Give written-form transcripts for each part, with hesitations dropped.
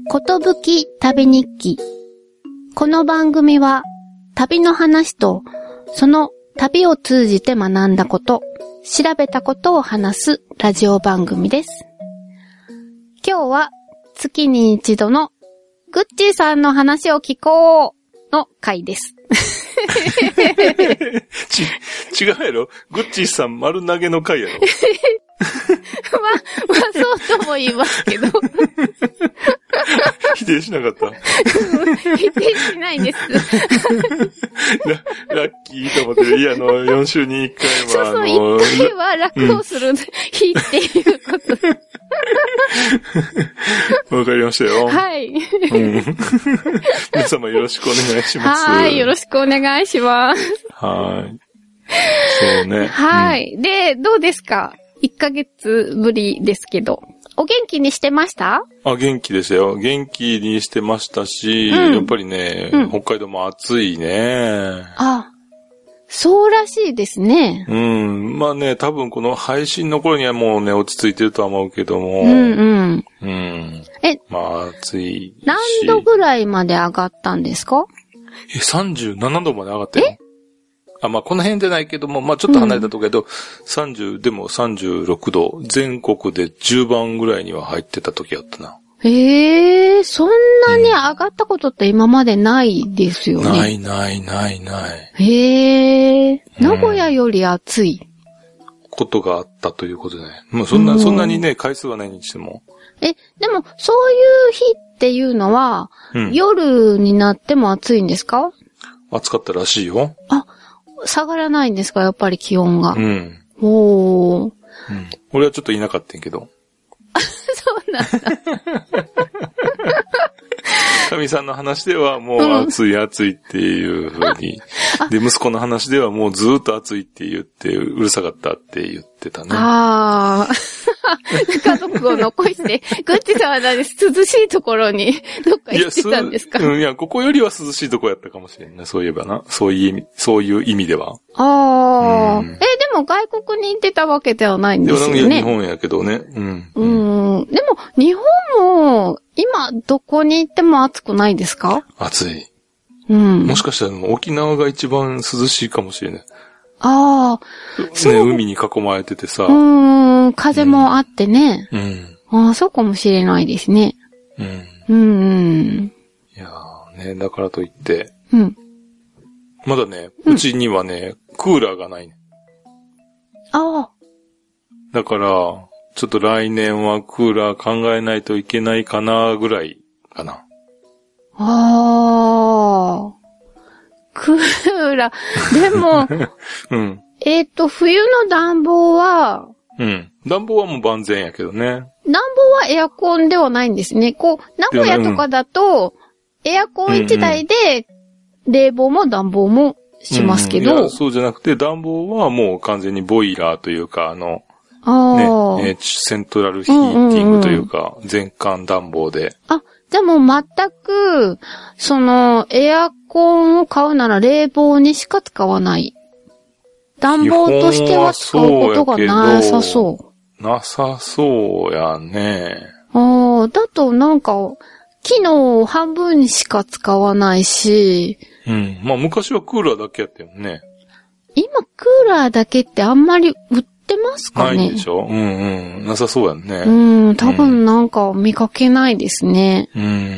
ことぶき旅日記。この番組は旅の話とその旅を通じて学んだこと、調べたことを話すラジオ番組です。今日は月に一度のグッチーさんの話を聞こうの回です。 違うやろ？グッチーさん丸投げの回やろ？ まあ、そうとも言いますけど。 否定しなかった？ 否定しないです。 ラッキーと思って、いや、4週に1回は、 そう、1回は楽をする日っていうことで。 わかりましたよ。 はい。 皆様よろしくお願いします。 はい、よろしくお願いします。 はい。そうね。 はい。で、どうですか？1ヶ月ぶりですけど。お元気にしてました？ 元気ですよ。元気にしてましたし、やっぱりね、北海道も暑いね。 そうらしいですね。 まあね、多分この配信の頃にはもうね、落ち着いてるとは思うけども。まあ暑いし。 何度ぐらいまで上がったんですか ？37度まで上がってる。まあこの辺じゃないけども、まあちょっと離れたとこやけど、でも36度、全国で10番ぐらいには入ってた時やったな。そんなに上がったことって今までないですよね。 ない。 名古屋より暑いことがあったということでね。もうそんなにね、回数はないにしても。 でも、そういう日っていうのは、夜になっても暑いんですか？ 暑かったらしいよ。 下がらないんですか？やっぱり気温が。 俺はちょっといなかったんけど。 そうなんだ。 神さんの話ではもう暑いっていう風に。で、息子の話ではもうずーっと暑いって言って、うるさかったって言ってたね。 家族を残して、グッチさんは涼しいところにどっか行ってたんですか？ いや、ここよりは涼しいとこやったかもしれんな。そういえばな。そういう意味では。 でも外国に行ってたわけではないんですよね。 でも日本やけどね。 でも日本も今どこに行っても暑くないですか？ 暑い。もしかしたら沖縄が一番涼しいかもしれない。海に囲まれててさ。 風もあってね。そうかもしれないですね。いやーね、だからといって。まだね、うちにはね、クーラーがないね。だから、ちょっと来年はクーラー考えないといけないかな、ぐらいかな。 クーラー。でも、冬の暖房は、 暖房はもう万全やけどね。 暖房はエアコンではないんですね。名古屋とかだと、エアコン1台で、冷房も暖房もしますけど。 そうじゃなくて、暖房はもう完全にボイラーというか、セントラルヒーティングというか、全館暖房で。 じゃあもう全く、エアコンを買うなら冷房にしか使わない。暖房としては使うことがなさそう。 なさそうやね。 だとなんか、機能半分しか使わないし。 まあ昔はクーラーだけやったよね。 今クーラーだけってあんまり売ってますかね？ ないでしょ？なさそうやんね。 多分なんか見かけないですね。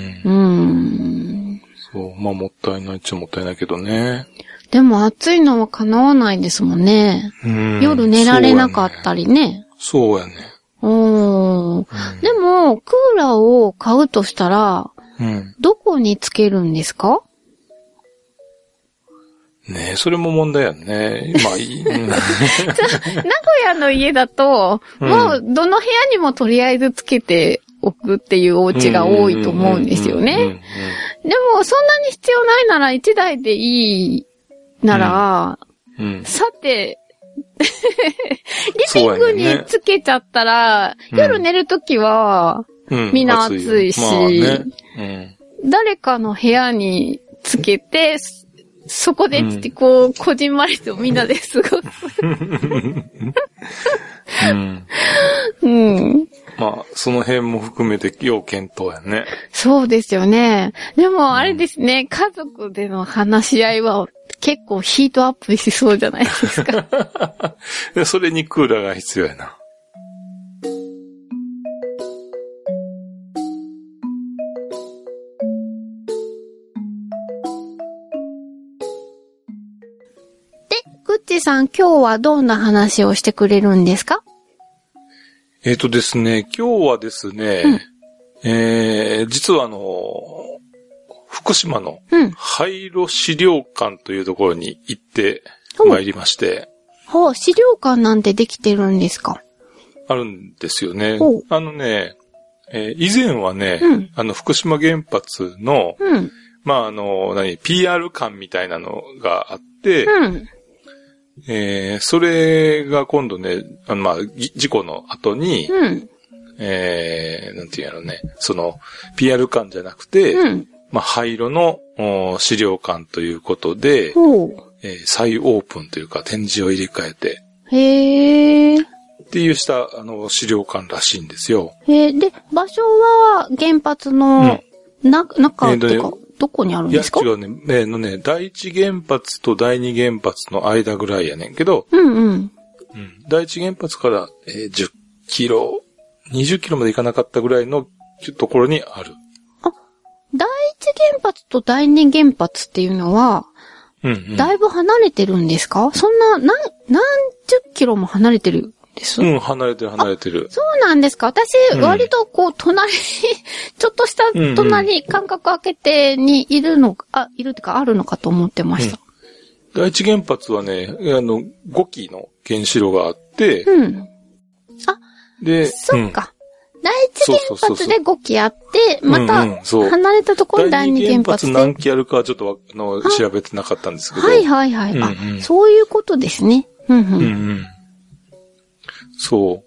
そう、まあもったいないっちゃもったいないけどね。 でも暑いのは叶わないですもんね。夜寝られなかったりね。 そうやね。 でも、クーラーを買うとしたら、どこにつけるんですか？ ねえ、それも問題やんね。まあいい。名古屋の家だと、もうどの部屋にもとりあえずつけておくっていうお家が多いと思うんですよね。でも、そんなに必要ないなら1台でいいなら、さて、リビングにつけちゃったら、夜寝るときは、みんな暑いし、誰かの部屋につけて、そこでこじんまりとみんなで過ごす。 まあ、 その辺も含めて要検討やね。 そうですよね。でもあれですね、家族での話し合いは結構ヒートアップしそうじゃないですか。 でそれにクーラーが必要やな。 グッチさん、今日はどんな話をしてくれるんですか？ ですね、今日はですね、実は福島の廃炉資料館というところに行ってまいりまして。 ほう、資料館なんてできてるんですか？ あるんですよね。以前はね、福島原発の、PR 館みたいなのがあって、それが今度ね、事故の後に、なんていうやろね、その、PR 館じゃなくて、廃炉の資料館ということで、再オープンというか展示を入れ替えて、っていうした、資料館らしいんですよ。 で、場所は原発の、中っていうか、どこにあるんですか？ いや、違うね。第一原発と第二原発の間ぐらいやねんけど、第一原発から、10キロ、20キロまで行かなかったぐらいのところにある。 あ、第一原発と第二原発っていうのは、だいぶ離れてるんですか？そんな、何十キロも離れてるんです？ 離れてる。 そうなんですか？私、割と隣、ちょっとした隣、間隔空けてにいるっていうかあるのかと思ってました。 第一原発はね、5基の原子炉があって、で、 そっか。第一原発で5基あって、また、離れたところに第二原発で。 第二原発何基あるかはちょっと調べてなかったんですけど。 そういうことですね。 そう。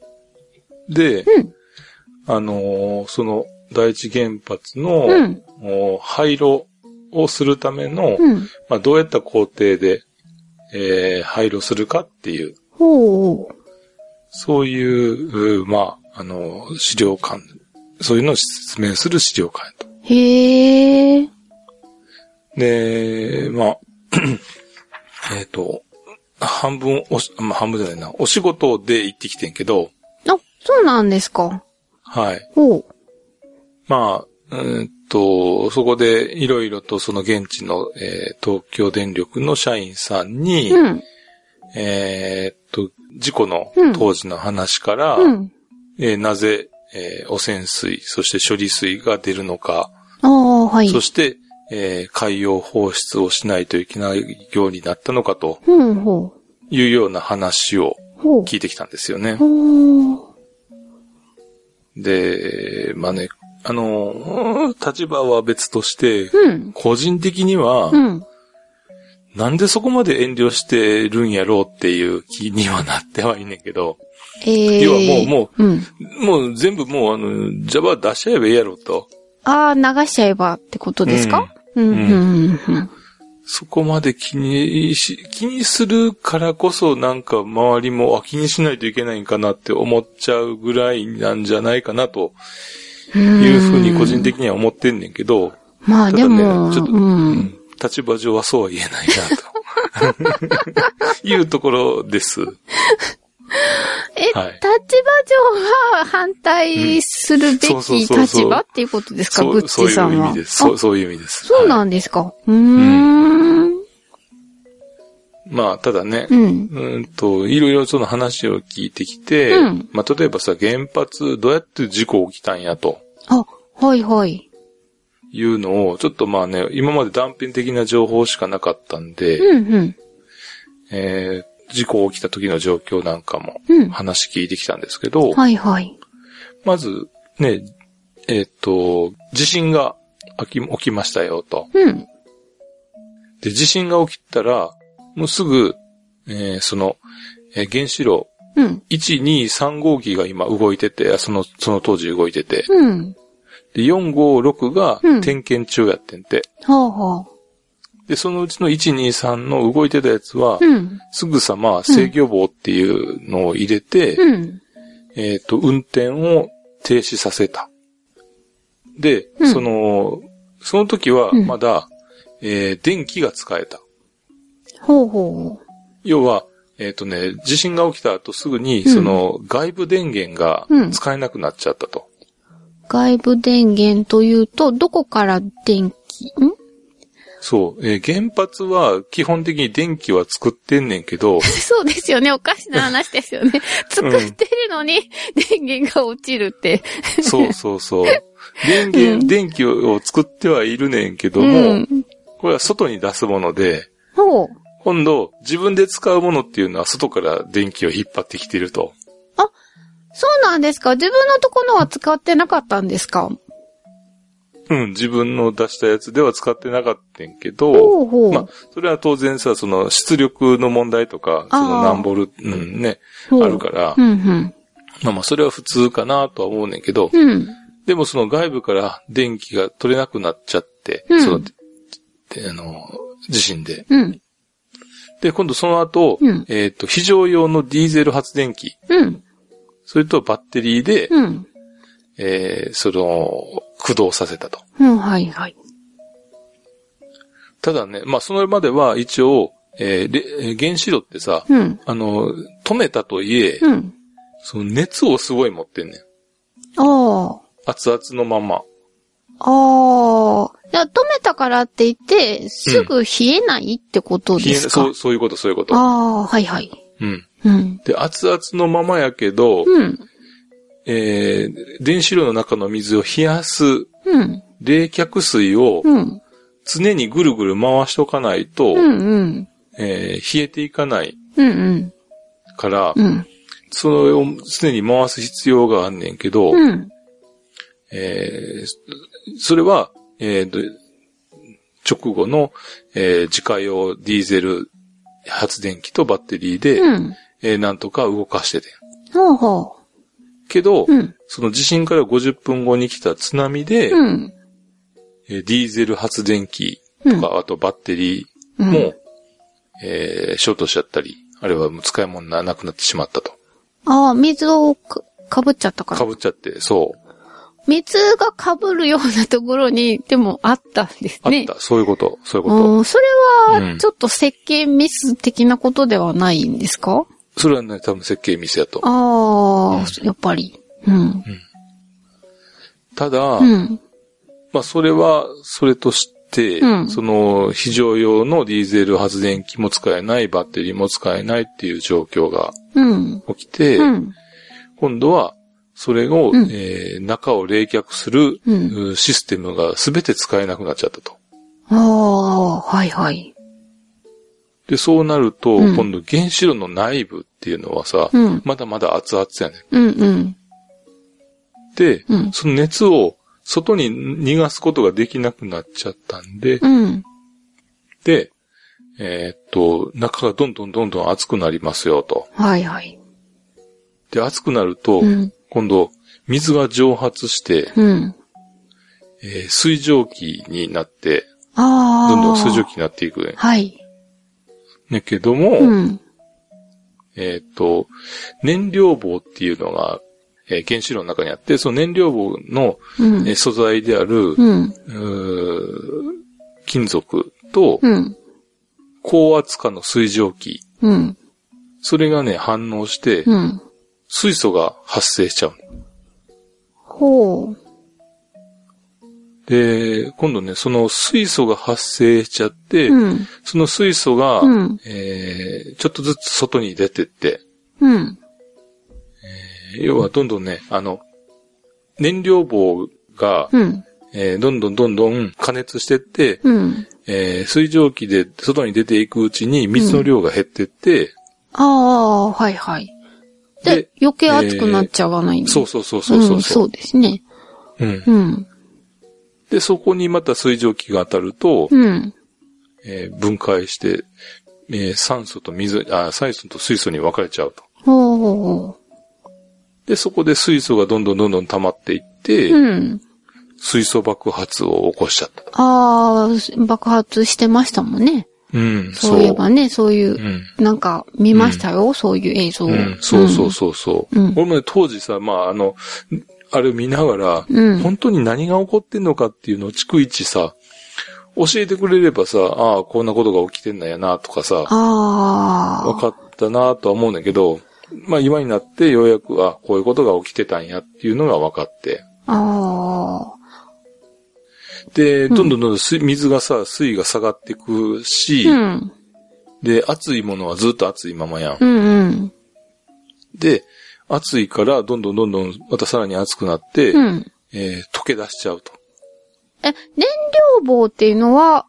で、その第一原発の、廃炉をするための、どうやった工程で、廃炉するかっていう、そういう、資料館、そういうのを説明する資料館と。で、半分じゃないな、お仕事で行ってきてんけど。 あ、そうなんですか。 はい。そこでいろいろとその現地の、東京電力の社員さんに、事故の当時の話から、なぜ、汚染水、そして処理水が出るのか、そして、海洋放出をしないといけないようになったのかというような話を聞いてきたんですよね。で、立場は別として、個人的には、なんでそこまで遠慮してるんやろうっていう気にはなってはいんねんけど、要はもう全部Java 出しちゃえばいいやろと。 流しちゃえばってことですか？ そこまで気にするからこそなんか周りも気にしないといけないんかなって思っちゃうぐらいなんじゃないかなというふうに個人的には思ってんねんけど。 でも、 ちょっと、立場上はそうは言えないなというところです。 立場上は反対するべき立場っていうことですか、グッチさんは。 そういう意味です。 そうなんですか。 ただね、いろいろその話を聞いてきて、例えばさ、原発どうやって事故起きたんやと。いうのを、ちょっと今まで断片的な情報しかなかったんで、事故起きた時の状況なんかも話聞いてきたんですけど、まずね、地震が起きましたよと。で、地震が起きたら、もうすぐ、その、原子炉、1、2、3号機が今動いてて、その当時動いてて、で、4、5、6が点検中やってんて。で、そのうちの1、2、3の動いてたやつは、すぐさま制御棒っていうのを入れて、運転を停止させた。で、その時はまだ、電気が使えた。 ほうほう。 要は、地震が起きた後すぐに、その外部電源が使えなくなっちゃったと。 外部電源というと、どこから電気、 そう、原発は基本的に電気は作ってんねんけど。 そうですよね。おかしな話ですよね。作ってるのに電源が落ちるって。 そうそうそう。電気を作ってはいるねんけども、これは外に出すもので、今度自分で使うものっていうのは外から電気を引っ張ってきてると。 あ、そうなんですか。自分のところは使ってなかったんですか。 自分の出したやつでは使ってなかったんけど、まあ、それは当然さ、その出力の問題とか、その何ボル、あるから、まあそれは普通かなとは思うねんけど、でもその外部から電気が取れなくなっちゃって、その、地震で。で、今度その後、非常用のディーゼル発電機、それとバッテリーで、駆動させたと。 はいはい。 ただね、まあ、それまでは一応、原子炉ってさ、止めたといえ、その熱をすごい持ってんねん。熱々のまま。 止めたからって言って、すぐ冷えないってことですか？ そういうこと、そういうこと。 はいはい。 で、熱々のままやけど、電子炉の中の水を冷やす、冷却水を、常にぐるぐる回しとかないと、冷えていかない。から、それを常に回す必要があんねんけど、それは、直後の、自家用ディーゼル発電機とバッテリーで、なんとか動かしてて。けど、その地震から50分後に来た津波で、ディーゼル発電機とか、あとバッテリーも、ショートしちゃったり、あるいはもう使い物がなくなってしまったと。 水をかぶっちゃったから。 かぶっちゃって、そう。 水がかぶるようなところに、でもあったんですね。 あった、そういうこと、そういうこと。 それは、ちょっと設計ミス的なことではないんですか？ それはね、多分設計ミスやと。 やっぱり。 ただ、まあ、それは、それとして、その、非常用のディーゼル発電機も使えない、バッテリーも使えないっていう状況が起きて、今度は、それを、中を冷却する、システムが全て使えなくなっちゃったと。 はいはい。 で、そうなると、今度原子炉の内部っていうのはさ、まだまだ熱々やね。で、その熱を外に逃がすことができなくなっちゃったんで、で、中がどんどん熱くなりますよと。 はいはい。 で、熱くなると、今度、水が蒸発して、水蒸気になって、どんどん水蒸気になっていくね。 はい。 ねけども、燃料棒っていうのが、原子炉の中にあって、その燃料棒の、素材である、金属と、高圧化の水蒸気、それがね、反応して、水素が発生しちゃう。で、今度ね、その水素が発生しちゃって、その水素が、ちょっとずつ外に出てって、要はどんどんね、燃料棒が、どんどん加熱してって、水蒸気で外に出ていくうちに水の量が減ってって、 はいはい。で、余計熱くなっちゃわないんで。 そう。 そうですね。 で、そこにまた水蒸気が当たると、分解して、酸素と水素に分かれちゃうと。で、そこで水素がどんどん溜まっていって、水素爆発を起こしちゃった。 爆発してましたもんね。そういえばね、そういう、なんか見ましたよ、そういう映像を。 そう。俺もね、当時さ、まああれ見ながら、本当に何が起こってんのかっていうのを逐一さ、教えてくれればさ、ああ、こんなことが起きてんだよなとかさ、分かったなとは思うんだけど、まあ今になってようやく、あ、こういうことが起きてたんやっていうのが分かって。で、どんどん水がさ、水位が下がっていくし、で、熱いものはずっと熱いままやん。で、熱いからどんどんまたさらに熱くなって、溶け出しちゃうと。 燃料棒っていうのは、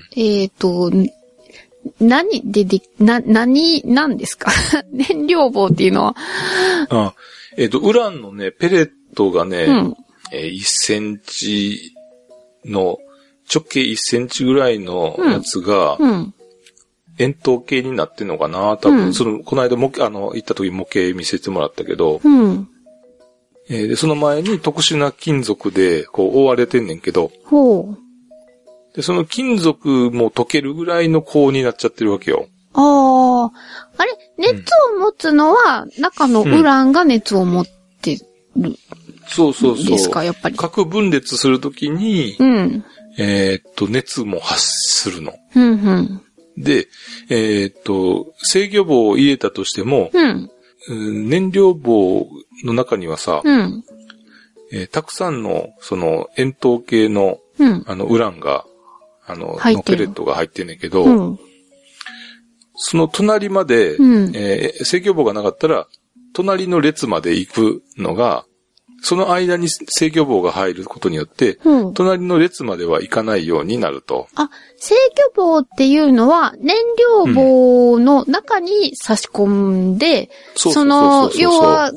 何ですか燃料棒っていうのは。 ウランのね、ペレットがね、1センチの、直径1センチぐらいのやつが、円筒形になってんのかな多分、この間行った時模型見せてもらったけど、で、その前に特殊な金属で、こう、覆われてんねんけど、で、その金属も溶けるぐらいの高になっちゃってるわけよ。 あれ、熱を持つのは、中のウランが熱を持ってる。 そう。 ですか、やっぱり。 核分裂するときに、熱も発するの。で、制御棒を入れたとしても、燃料棒の中にはさ、たくさんの、その、円筒形の、ウランが、のペレットが入ってんねんけど、その隣まで、制御棒がなかったら、隣の列まで行くのが、その間に制御棒が入ることによって、隣の列までは行かないようになると。 制御棒っていうのは、燃料棒の中に差し込んで、要は、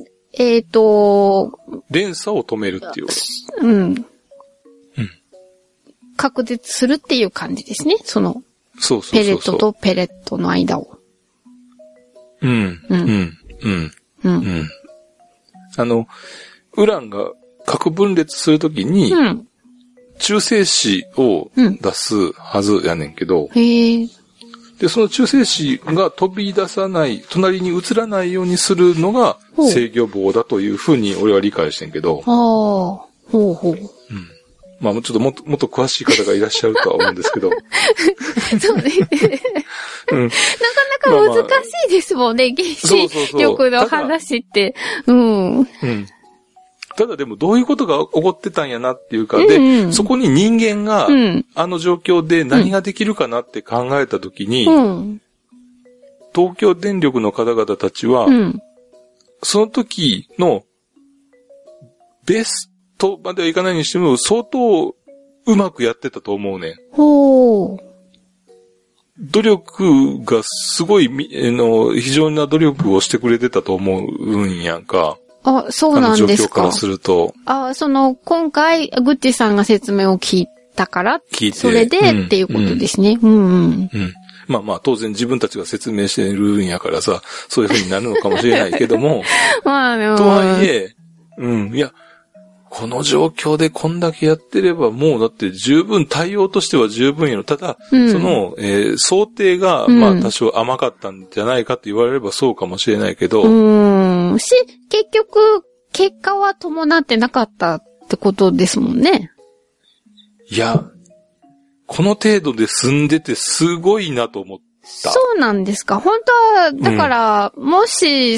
連鎖を止めるっていう。 隔絶するっていう感じですね。ペレットとペレットの間を。 ウランが核分裂するときに、中性子を出すはずやねんけど、で、その中性子が飛び出さない、隣に移らないようにするのが制御棒だというふうに俺は理解してんけど、まあ、ちょっともっと詳しい方がいらっしゃるとは思うんですけど。 そうね。なかなか難しいですもんね、原子力の話って。 ただでもどういうことが起こってたんやなっていうか、で、そこに人間が、あの状況で何ができるかなって考えたときに、東京電力の方々たちは、その時のベストまではいかないにしても、相当うまくやってたと思うねん。努力がすごい、非常な努力をしてくれてたと思うんやんか。 そうなんですか。状況からすると。 今回、グッチさんが説明を聞いたから、それで、っていうことですね。 まあ当然自分たちが説明してるんやからさ、そういう風になるのかもしれないけども、とはいえ、いや、この状況でこんだけやってればもうだって十分、対応としては十分やろ。ただ、想定が、まあ多少甘かったんじゃないかと言われればそうかもしれないけど。 結局、結果は伴ってなかったってことですもんね。 いや、この程度で済んでてすごいなと思った。 そうなんですか。本当は、だから、もし、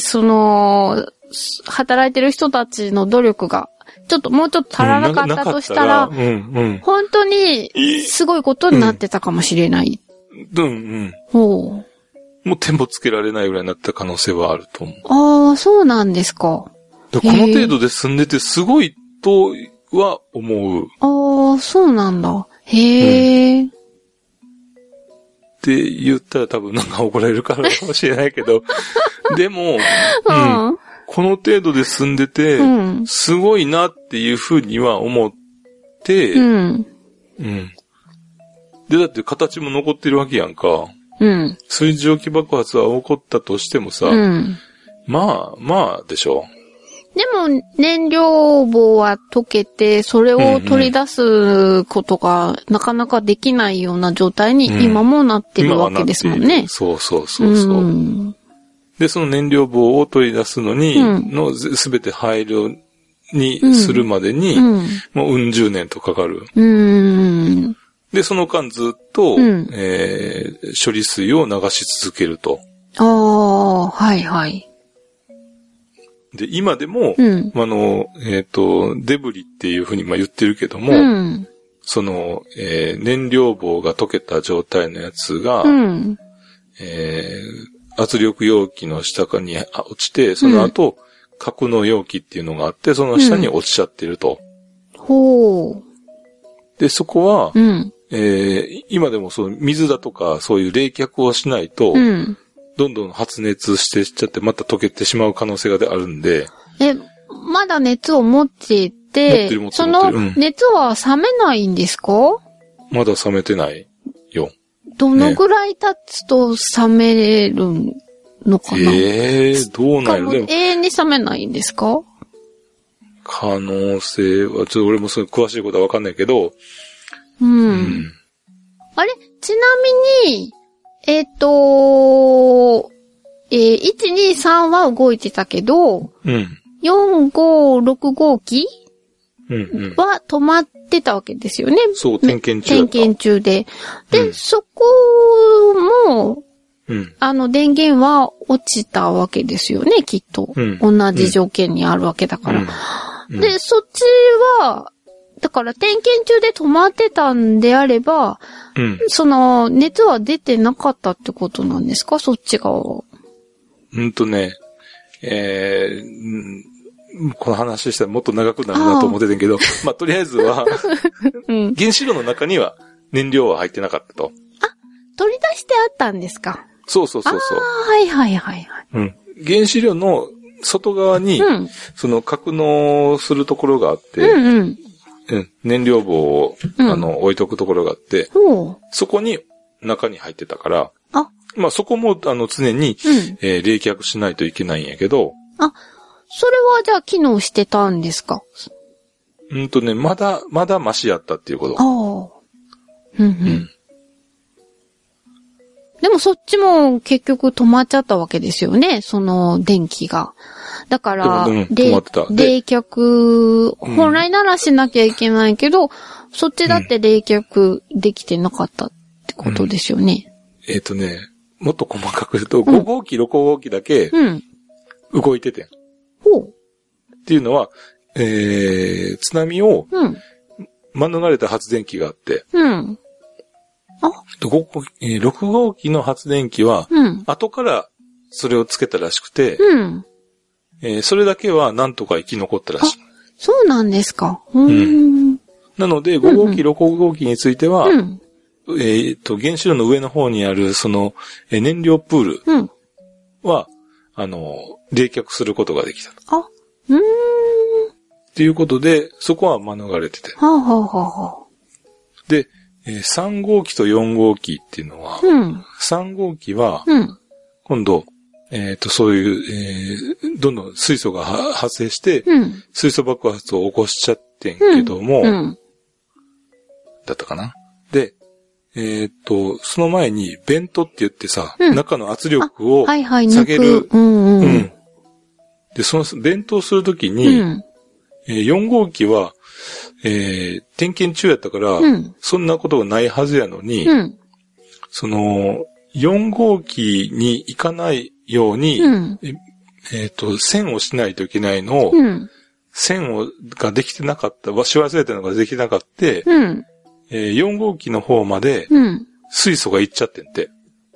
働いてる人たちの努力が、もうちょっと足らなかったとしたら、本当にすごいことになってたかもしれない。 もう手もつけられないぐらいになった可能性はあると思う。 そうなんですか。この程度で済んでてすごいとは思う。そうなんだ。へー。 って言ったら多分なんか怒られるからかもしれないけど、でも、この程度で済んでて、すごいなっていうふうには思って、で、だって形も残ってるわけやんか。水蒸気爆発は起こったとしてもさ、まあでしょ。 でも、燃料棒は溶けて、それを取り出すことがなかなかできないような状態に今もなってるわけですもんね。 そう。で、その燃料棒を取り出すのに、すべて入るにするまでに、もう十年とかかる。で、その間ずっと、処理水を流し続けると。 ああ、はいはい。 で、今でも、デブリっていうふうに言ってるけども、その、燃料棒が溶けた状態のやつが、圧力容器の下に落ちて、その後、格納容器っていうのがあって、その下に落ちちゃってると。 ほう。 で、そこは、今でもそう水だとかそういう冷却をしないと、どんどん発熱してしちゃってまた溶けてしまう可能性があるんで。 まだ熱を持っていて、その熱は冷めないんですか？ まだ冷めてないよ。 どのぐらい経つと冷めるのかな？ どうなる？でも永遠に冷めないんですか？ 可能性は、ちょっと俺もその詳しいことはわかんないけど、 あれちなみに、1、2、3は動いてたけど、4、5、6号機は止まってたわけですよね。 そう、点検中。 点検中で。で、そこも、電源は落ちたわけですよね、きっと。同じ条件にあるわけだから。で、そっちは、だから点検中で止まってたんであれば、その、熱は出てなかったってことなんですか？そっち側は。 この話したらもっと長くなるなと思ってたけど、とりあえずは、原子炉の中には燃料は入ってなかったと。 取り出してあったんですか？ そう。 はいはいはい。 原子炉の外側に、その格納するところがあって、燃料棒を、置いとくところがあって、そこに中に入ってたから、そこも、常に、冷却しないといけないんやけど、 それはじゃあ機能してたんですか？ まだマシやったっていうこと。 でもそっちも結局止まっちゃったわけですよね、その電気が。だから、冷却、本来ならしなきゃいけないけど、そっちだって冷却できてなかったってことですよね。 もっと細かく言うと、5号機、6号機だけ、動いてて。っていうのは、津波を、免れた発電機があって、6号機の発電機は、後からそれをつけたらしくて、それだけはなんとか生き残ったらしい。 そうなんですか。 なので、5号機、6号機については、原子炉の上の方にある、その、燃料プールは、冷却することができた。っていうことで、そこは免れてて。で、3号機と4号機っていうのは、3号機は、今度、そういう、どんどん水素が発生して、水素爆発を起こしちゃってんけども、だったかな。で、その前に、ベントって言ってさ、中の圧力を下げる。で、その、ベントをするときに、4号機は、点検中やったから、そんなことがないはずやのに、その、4号機に行かないように、線をしないといけないのを、線ができてなかった、し忘れたのができなかった、4号機の方まで、水素が行っちゃってんて。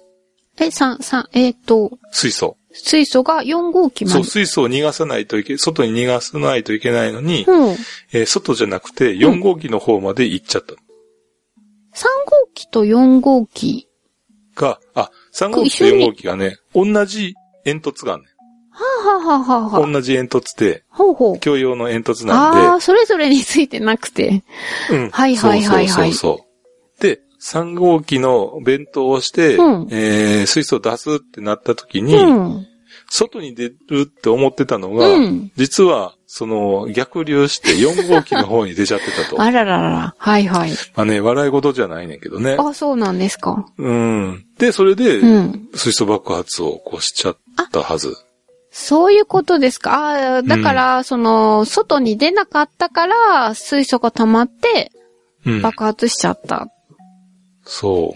水素。 水素が4号機まで。 そう、水素を逃がさないと外に逃がさないといけないのに、外じゃなくて4号機の方まで行っちゃった。 3号機と4号機が、3号機と4号機がね、同じ煙突があるね。同じ煙突で、共用の煙突なんで。 それぞれについてなくて。そう。 で、3号機の弁当をして、水素を出すってなった時に、外に出るって思ってたのが、実は、その、逆流して4号機の方に出ちゃってたと。 あららら。はいはい。 笑い事じゃないねんけどね。 そうなんですか。 で、それで、水素爆発を起こしちゃったはず。 そういうことですか。だから、外に出なかったから、水素が溜まって、爆発しちゃった。 そう。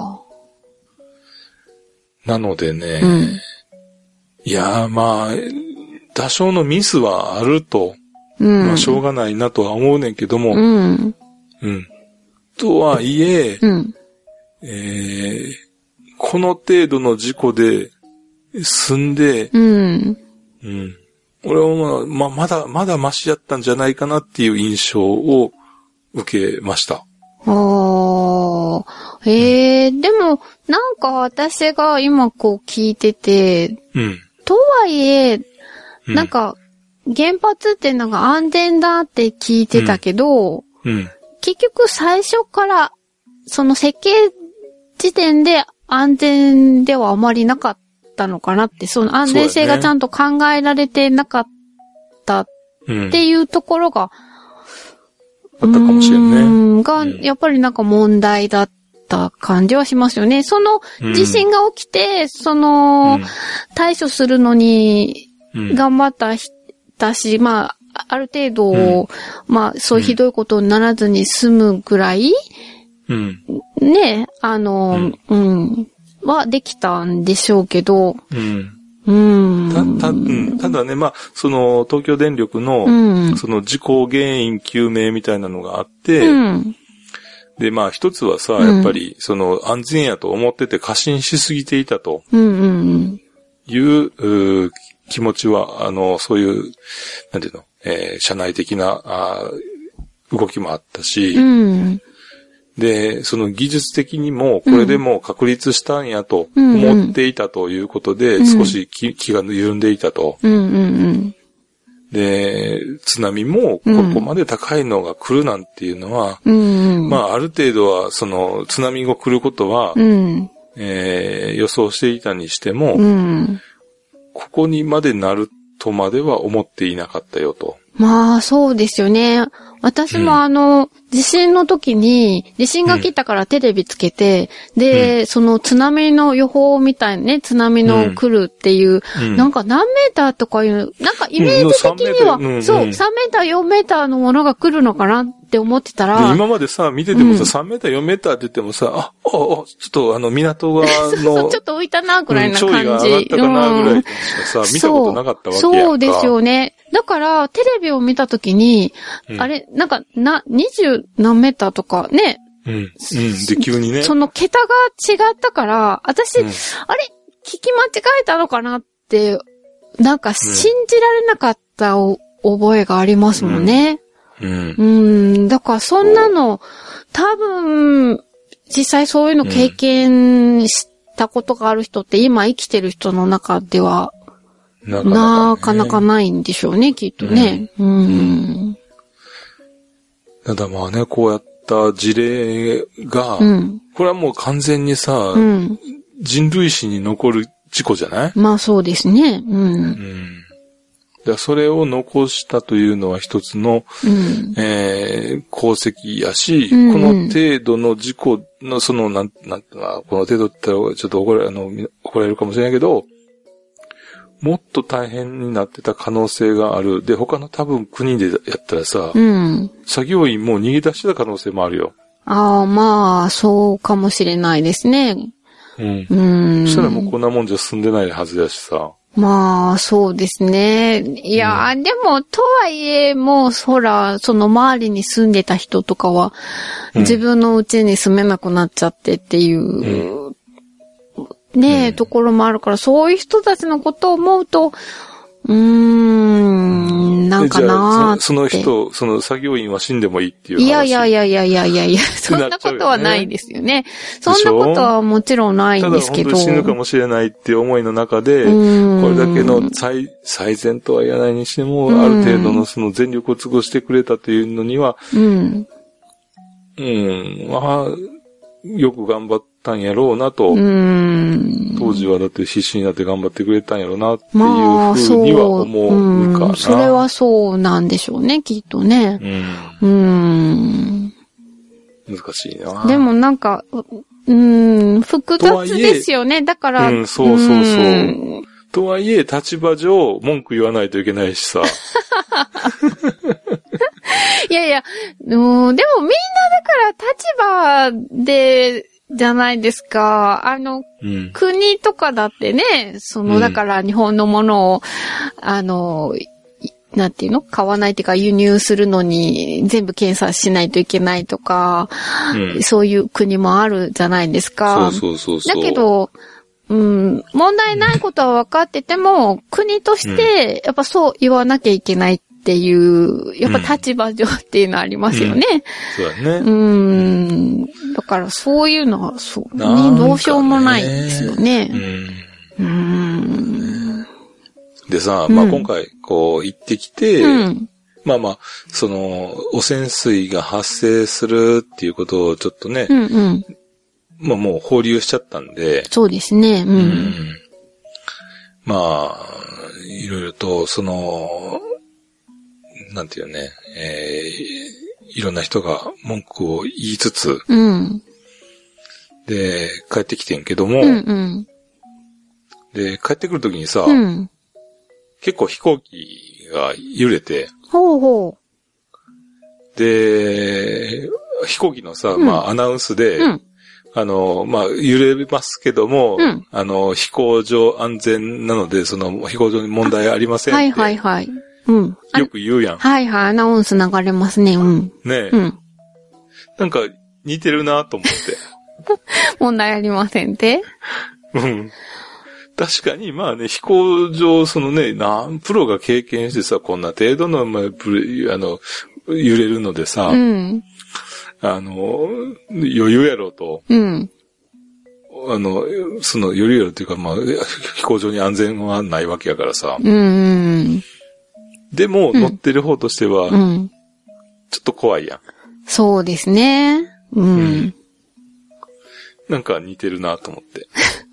なのでね、いやまあ、多少のミスはあると、まあしょうがないなとは思うねんけども、とはいえ、この程度の事故で済んで、俺はまだマシやったんじゃないかなっていう印象を受けました。 でも、なんか私が今こう聞いてて、とはいえ、なんか、原発ってのが安全だって聞いてたけど、結局最初から、その設計時点で安全ではあまりなかったのかなって、その安全性がちゃんと考えられてなかったっていうところが、 あったかもしれんね。 が、やっぱりなんか問題だった感じはしますよね。その地震が起きて、対処するのに頑張ったし、まあ、ある程度、まあ、そういうひどいことにならずに済むぐらい、ね、はできたんでしょうけど、 ただね、まあ、東京電力の、事故原因究明みたいなのがあって、で、まあ、一つはさ、やっぱり、安全やと思ってて過信しすぎていたと、いう気持ちは、そういう、なんていうの、社内的な、動きもあったし、で、その技術的にも、これでも確立したんやと思っていたということで、少し気が緩んでいたと。で、津波もここまで高いのが来るなんていうのは、まあ、ある程度は、津波が来ることは、予想していたにしても、ここにまでなるとまでは思っていなかったよと。 まあ、そうですよね。私も地震の時に、地震が来たからテレビつけて、で、その津波の予報みたいなね、津波の来るっていう、なんか何メーターとかいう、なんかイメージ的には、そう、3メーター、4メーターのものが来るのかなって思ってたら。 今までさ、見ててもさ、3メーター、4メーターって言ってもさ、ちょっと港側のちょっと浮いたな、ぐらいな感じ。 潮位が上がったかな、ぐらいしかさ、見たことなかったわけやんか。 そうですよね。だから、テレビを見たときに、あれ、なんか、20何メーターとかね。 で、急にね。 その桁が違ったから、私、あれ、聞き間違えたのかなって、なんか信じられなかった覚えがありますもんね。だからそんなの、多分、実際そういうの経験したことがある人って今生きてる人の中では、なかなかないんでしょうね、きっとね。 ただまあね、こうやった事例が、これはもう完全にさ、人類史に残る事故じゃない？ まあそうですね。 だそれを残したというのは一つの、功績やし、この程度の事故のこの程度って言ったらちょっと怒られるかもしれないけど、もっと大変になってた可能性がある。で、他の多分国でやったらさ、作業員も逃げ出してた可能性もあるよ。 ああ、まあ、そうかもしれないですね。 そしたらもうこんなもんじゃ進んでないはずだしさ。 まあ、そうですね。いや、でも、とはいえ、もう、ほら、その周りに住んでた人とかは、自分の家に住めなくなっちゃってっていう、ねえ、ところもあるから、そういう人たちのことを思うと、なんかなーって。 その人、その作業員は死んでもいいっていう話。 いや、そんなことはないですよね。そんなことはもちろんないんですけど。 ただ本当に死ぬかもしれないっていう思いの中で、これだけの最善とは言わないにしても、ある程度のその全力を尽くしてくれたというのには、まあ、よく頑張ったんやろうなと。当時はだって必死になって頑張ってくれたんやろうなっていうふうには思うかな。 それはそうなんでしょうね、きっとね。 難しいな。 でもなんか、複雑ですよね。だから、 そう。 とはいえ、立場上、文句言わないといけないしさ。 いやいや、でもみんなだから立場で、じゃないですか。国とかだってね、だから日本のものを、なんていうの？買わないっていうか輸入するのに全部検査しないといけないとか、そういう国もあるじゃないですか。 そう。 だけど、問題ないことは分かってても、国として、やっぱそう言わなきゃいけないっていう、やっぱ立場上っていうのはありますよね。 そうだね。 だからそういうのは、そうね、どうしようもないですよね。 でさ、まあ今回、こう行ってきて、まあまあ、汚染水が発生するっていうことをちょっとね、まあもう放流しちゃったんで。 そうですね。 まあ、いろいろと、なんていうね、いろんな人が文句を言いつつ、で、帰ってきてんけども、で、帰ってくるときにさ、結構飛行機が揺れて、で、飛行機のさ、まあアナウンスで、まあ、揺れますけども、飛行場安全なので、飛行場に問題ありませんって。よく言うやん。 アナウンス流れますね。 ねえ。なんか、似てるなと思って。 問題ありませんって？ 確かに、まあね、飛行場、プロが経験してさ、こんな程度の、揺れるのでさ、余裕やろうと。余裕やろうっていうか、まあ、飛行場に安全はないわけやからさ。でも、乗ってる方としては、ちょっと怖いやん。 そうですね。 なんか似てるなと思って。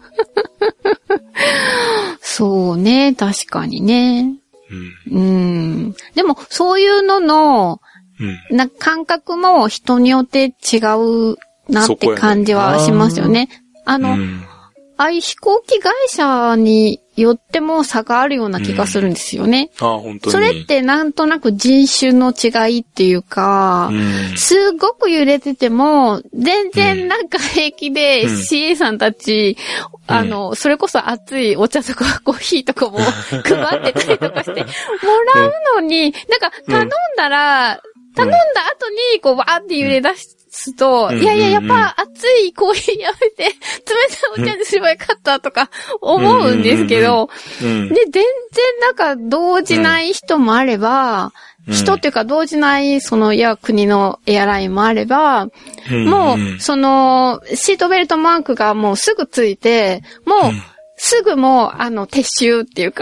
そうね、確かにね。でも、そういうのの、感覚も人によって違うなって感じはしますよね。ああいう飛行機会社によっても差があるような気がするんですよね。 本当に。 それってなんとなく人種の違いっていうか、すごく揺れてても、全然なんか平気で CA さんたち、それこそ熱いお茶とかコーヒーとかも配ってたりとかしてもらうのに、なんか頼んだ後にこうわーって揺れ出すと、いやいや、やっぱ熱いコーヒーやめて、冷たいお茶にすればよかったとか思うんですけど、で、全然なんか動じない人もあれば、人っていうか動じない国のエアラインもあれば、もう、シートベルトマークがもうすぐついて、もう、すぐもう、撤収っていうか、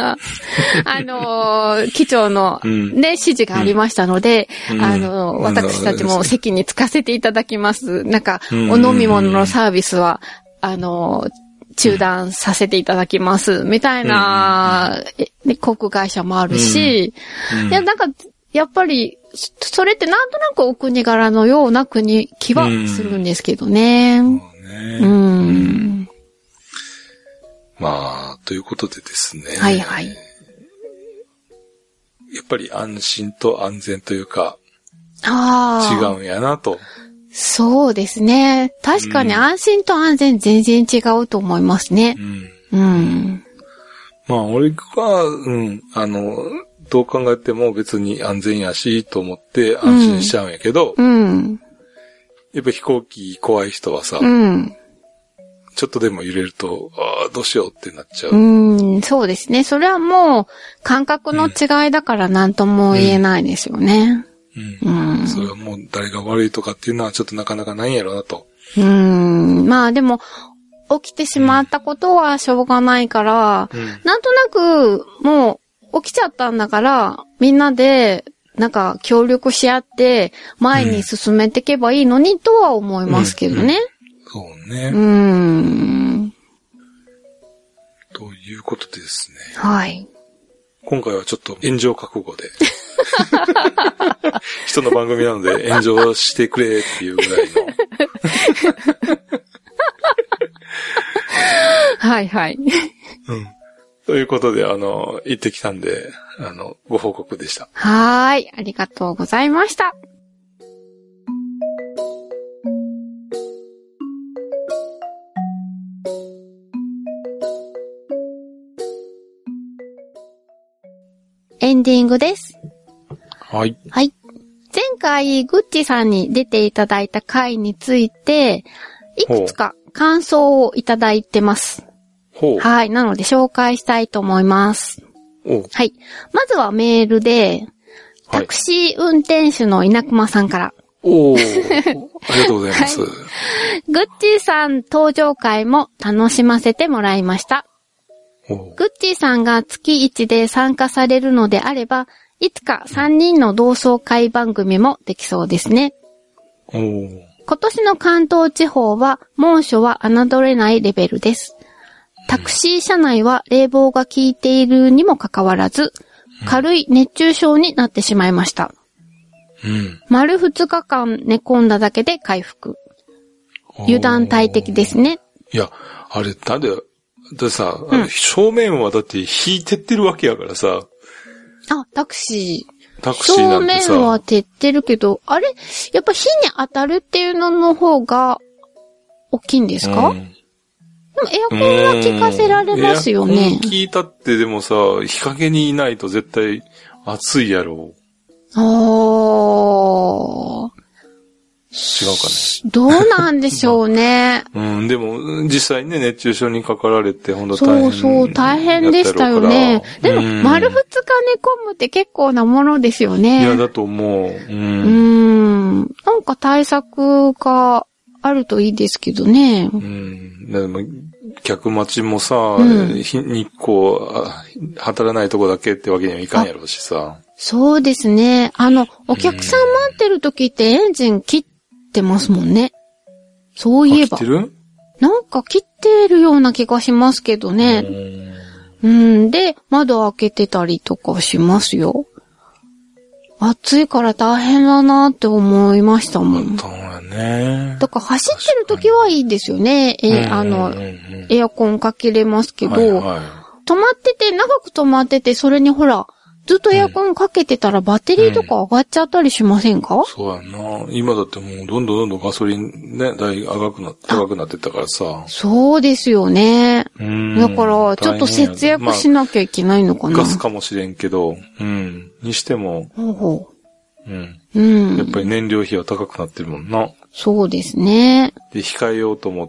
機長のね、指示がありましたので、私たちも席に着かせていただきます。なんか、お飲み物のサービスは、中断させていただきます。みたいな、航空会社もあるし、なんか、やっぱり、それってなんとなくお国柄のような気はするんですけどね。 まあ、ということでですね。 はいはい。 やっぱり安心と安全というか、違うんやなと。 そうですね。確かに安心と安全全然違うと思いますね。 まあ、俺は、どう考えても別に安全やし、と思って安心しちゃうんやけど、やっぱ飛行機怖い人はさ、ちょっとでも揺れると、どうしようってなっちゃう。 そうですね。それはもう、感覚の違いだから何とも言えないですよね。 それはもう誰が悪いとかっていうのはちょっとなかなかないんやろうなと。 まあでも、起きてしまったことはしょうがないから、なんとなく、もう、起きちゃったんだから、みんなで、なんか、協力し合って、前に進めていけばいいのに、とは思いますけどね。 そうね。ということでですね。 はい。 今回はちょっと炎上覚悟で。人の番組なので炎上してくれっていうぐらいの。 はいはい。 ということで、行ってきたんで、ご報告でした。 はーい。ありがとうございました。エンディングです。 はい。 はい。前回、グッチさんに出ていただいた回について、いくつか感想をいただいてます。はい。なので紹介したいと思います。はい。まずはメールで、タクシー運転手の稲熊さんから。 ありがとうございます。はい、 グッチさん登場回も楽しませてもらいました。グッチーさんが月1で参加されるのであれば、いつか3人の同窓会番組もできそうですね。今年の関東地方は猛暑は侮れないレベルです。タクシー車内は冷房が効いているにもかかわらず、軽い熱中症になってしまいました。丸2日間寝込んだだけで回復。油断大敵ですね。 いや、あれ、でさ、正面はだって引いてってるわけやからさ。 タクシーなんてさ。 正面は照ってるけど、あれやっぱ火に当たるっていうのの方が大きいんですか？でもエアコンは効かせられますよね。 エアコン効いたってでもさ、日陰にいないと絶対暑いやろ。違うかね。 どうなんでしょうね。 でも、実際ね、熱中症にかかられて、ほんと大変。 そう、大変でしたよね。でも、丸2日寝込むって結構なものですよね。 いや、だと思う。 なんか対策があるといいですけどね。 でも客待ちもさ、日光当たらないとこだけってわけにはいかんやろうしさ。 そうですね。お客さん待ってる時ってエンジン切ってますもんね。そういえば。 切ってる？ なんか切ってるような気がしますけどね。で、窓開けてたりとかしますよ。暑いから大変だなって思いましたもん。 そうやね。 だから走ってる時はいいですよね。エアコンかけれますけど、止まってて、長く止まってて、それにほら、ずっとエアコンかけてたらバッテリーとか上がっちゃったりしませんか？ そうやな。今だってもうどんどんガソリンね、高くなってったからさ。 そうですよね。だから、ちょっと節約しなきゃいけないのかな。 ガスかもしれんけど、にしても、やっぱり燃料費は高くなってるもんな。 そうですね。 で、控えようと思って、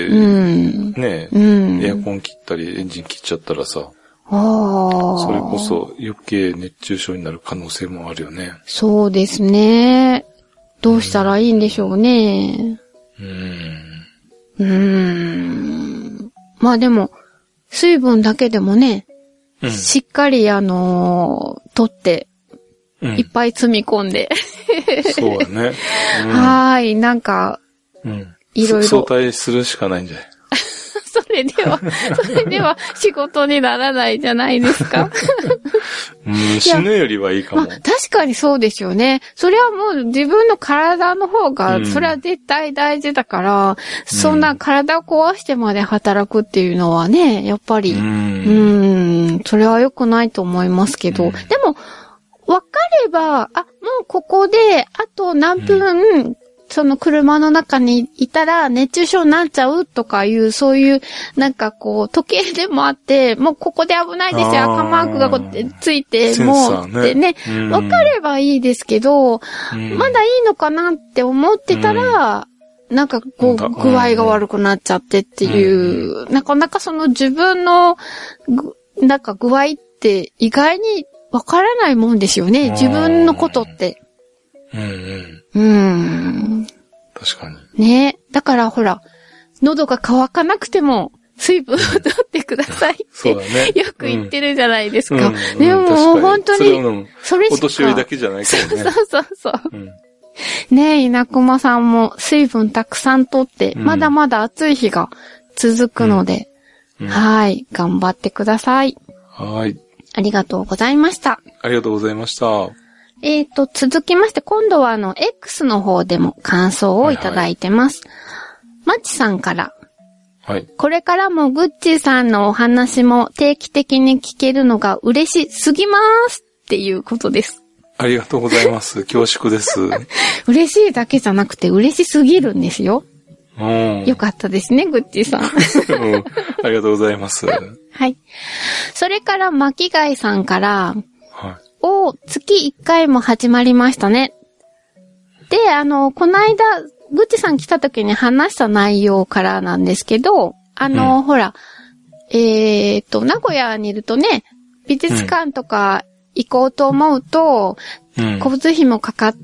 ね、エアコン切ったりエンジン切っちゃったらさ、それこそ余計熱中症になる可能性もあるよね。 そうですね。どうしたらいいんでしょうね。まあでも、水分だけでもね、しっかり取って、いっぱい積み込んで。 そうだね。 なんか、いろいろ。 相対するしかないんじゃない？ それでは仕事にならないじゃないですか。 死ぬよりはいいかも。 確かにそうですよね。それはもう自分の体の方が、それは絶対大事だから、そんな体を壊してまで働くっていうのはね、やっぱり、それは良くないと思いますけど、でも、わかれば、もうここで、あと何分、その車の中にいたら熱中症になっちゃうとかいう、そういう、なんかこう、時計でもあって、もうここで危ないですよ、赤マークがこうやってついて、もう、ってね、わかればいいですけど、まだいいのかなって思ってたら、なんかこう、具合が悪くなっちゃってっていう、なかなかその自分の、なんか具合って意外にわからないもんですよね、自分のことって。 確かに。 ね。だからほら、喉が渇かなくても水分を取ってくださいって、そうだね、よく言ってるじゃないですか。でも本当に、それしか。お年寄りだけじゃないからね。 そう。ねえ、稲熊さんも水分たくさん取って、まだまだ暑い日が続くので、はい、頑張ってください。 はい。 ありがとうございました。 ありがとうございました。 続きまして、今度はX の方でも感想をいただいてます。マッチさんから、 はい。 これからもグッチーさんのお話も定期的に聞けるのが嬉しすぎますっていうことです。 ありがとうございます。恐縮です。 嬉しいだけじゃなくて嬉しすぎるんですよ。 うん。 よかったですね、グッチーさん。 うん。ありがとうございます。 はい。それから巻貝さんから、 はい。 月1回も始まりましたね。で、この間、グッチさん来た時に話した内容からなんですけど、ほら、名古屋にいるとね、美術館とか行こうと思うと、交通費もかかって、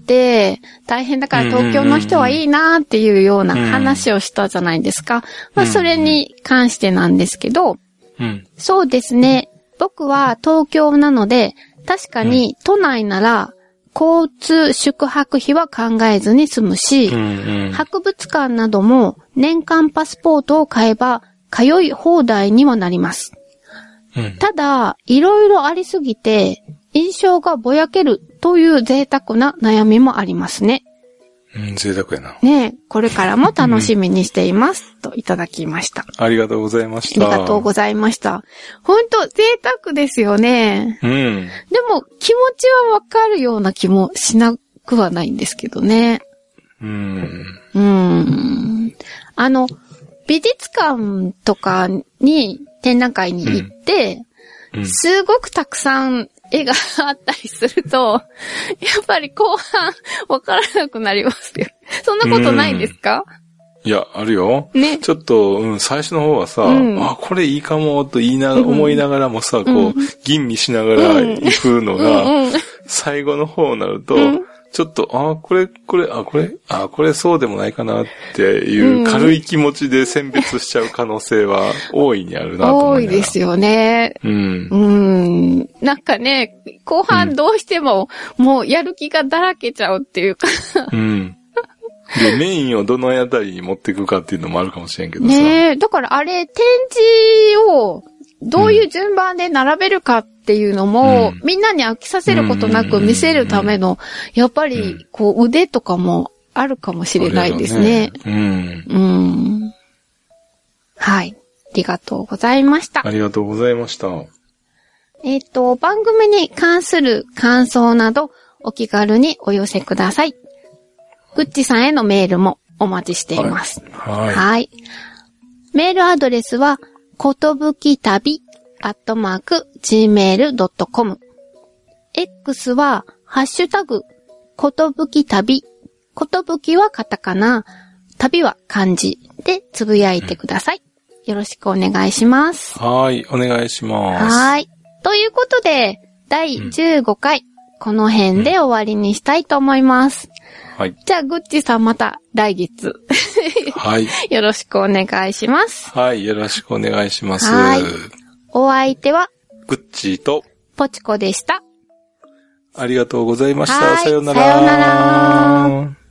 大変だから東京の人はいいなっていうような話をしたじゃないですか。まあ、それに関してなんですけど、そうですね。僕は東京なので、確かに都内なら、交通宿泊費は考えずに済むし、博物館なども年間パスポートを買えば通い放題にもなります。ただ、いろいろありすぎて、印象がぼやけるという贅沢な悩みもありますね。 贅沢やな。 ねえ、これからも楽しみにしています。といただきました。 ありがとうございました。 ありがとうございました。ほんと、贅沢ですよね。でも、気持ちはわかるような気もしなくはないんですけどね。美術館とかに、展覧会に行って、すごくたくさん絵があったりすると、やっぱり後半わからなくなりますよ。そんなことないですか？ いや、あるよ。 ね。 ちょっと、最初の方はさ、これいいかもと思いながらもさ、吟味しながら行くのが、最後の方になると、ちょっと、これそうでもないかなっていう軽い気持ちで選別しちゃう可能性は大いにあるなと思う。 多いですよね。なんかね、後半どうしても、もうやる気がだらけちゃうっていうか。 で、メインをどのあたりに持っていくかっていうのもあるかもしれんけどさ。 ねえ、だからあれ、展示をどういう順番で並べるかっていうのも、みんなに飽きさせることなく見せるための、やっぱり、腕とかもあるかもしれないですね。はい。ありがとうございました。 ありがとうございました。 番組に関する感想など、お気軽にお寄せください。グッチさんへのメールもお待ちしています。はい。メールアドレスは、ことぶき旅@gmail.com。X は、ハッシュタグ、ことぶき旅。ことぶきはカタカナ、旅は漢字でつぶやいてください。よろしくお願いします。 はい、お願いします。 はい。ということで、第15回、この辺で終わりにしたいと思います。 はい。 じゃあ、グッチさんまた来月。 はい。 よろしくお願いします。 はい、よろしくお願いします。 はい。お相手は、 グッチーと、 ポチコでした。 ありがとうございました。さようなら。 さようなら。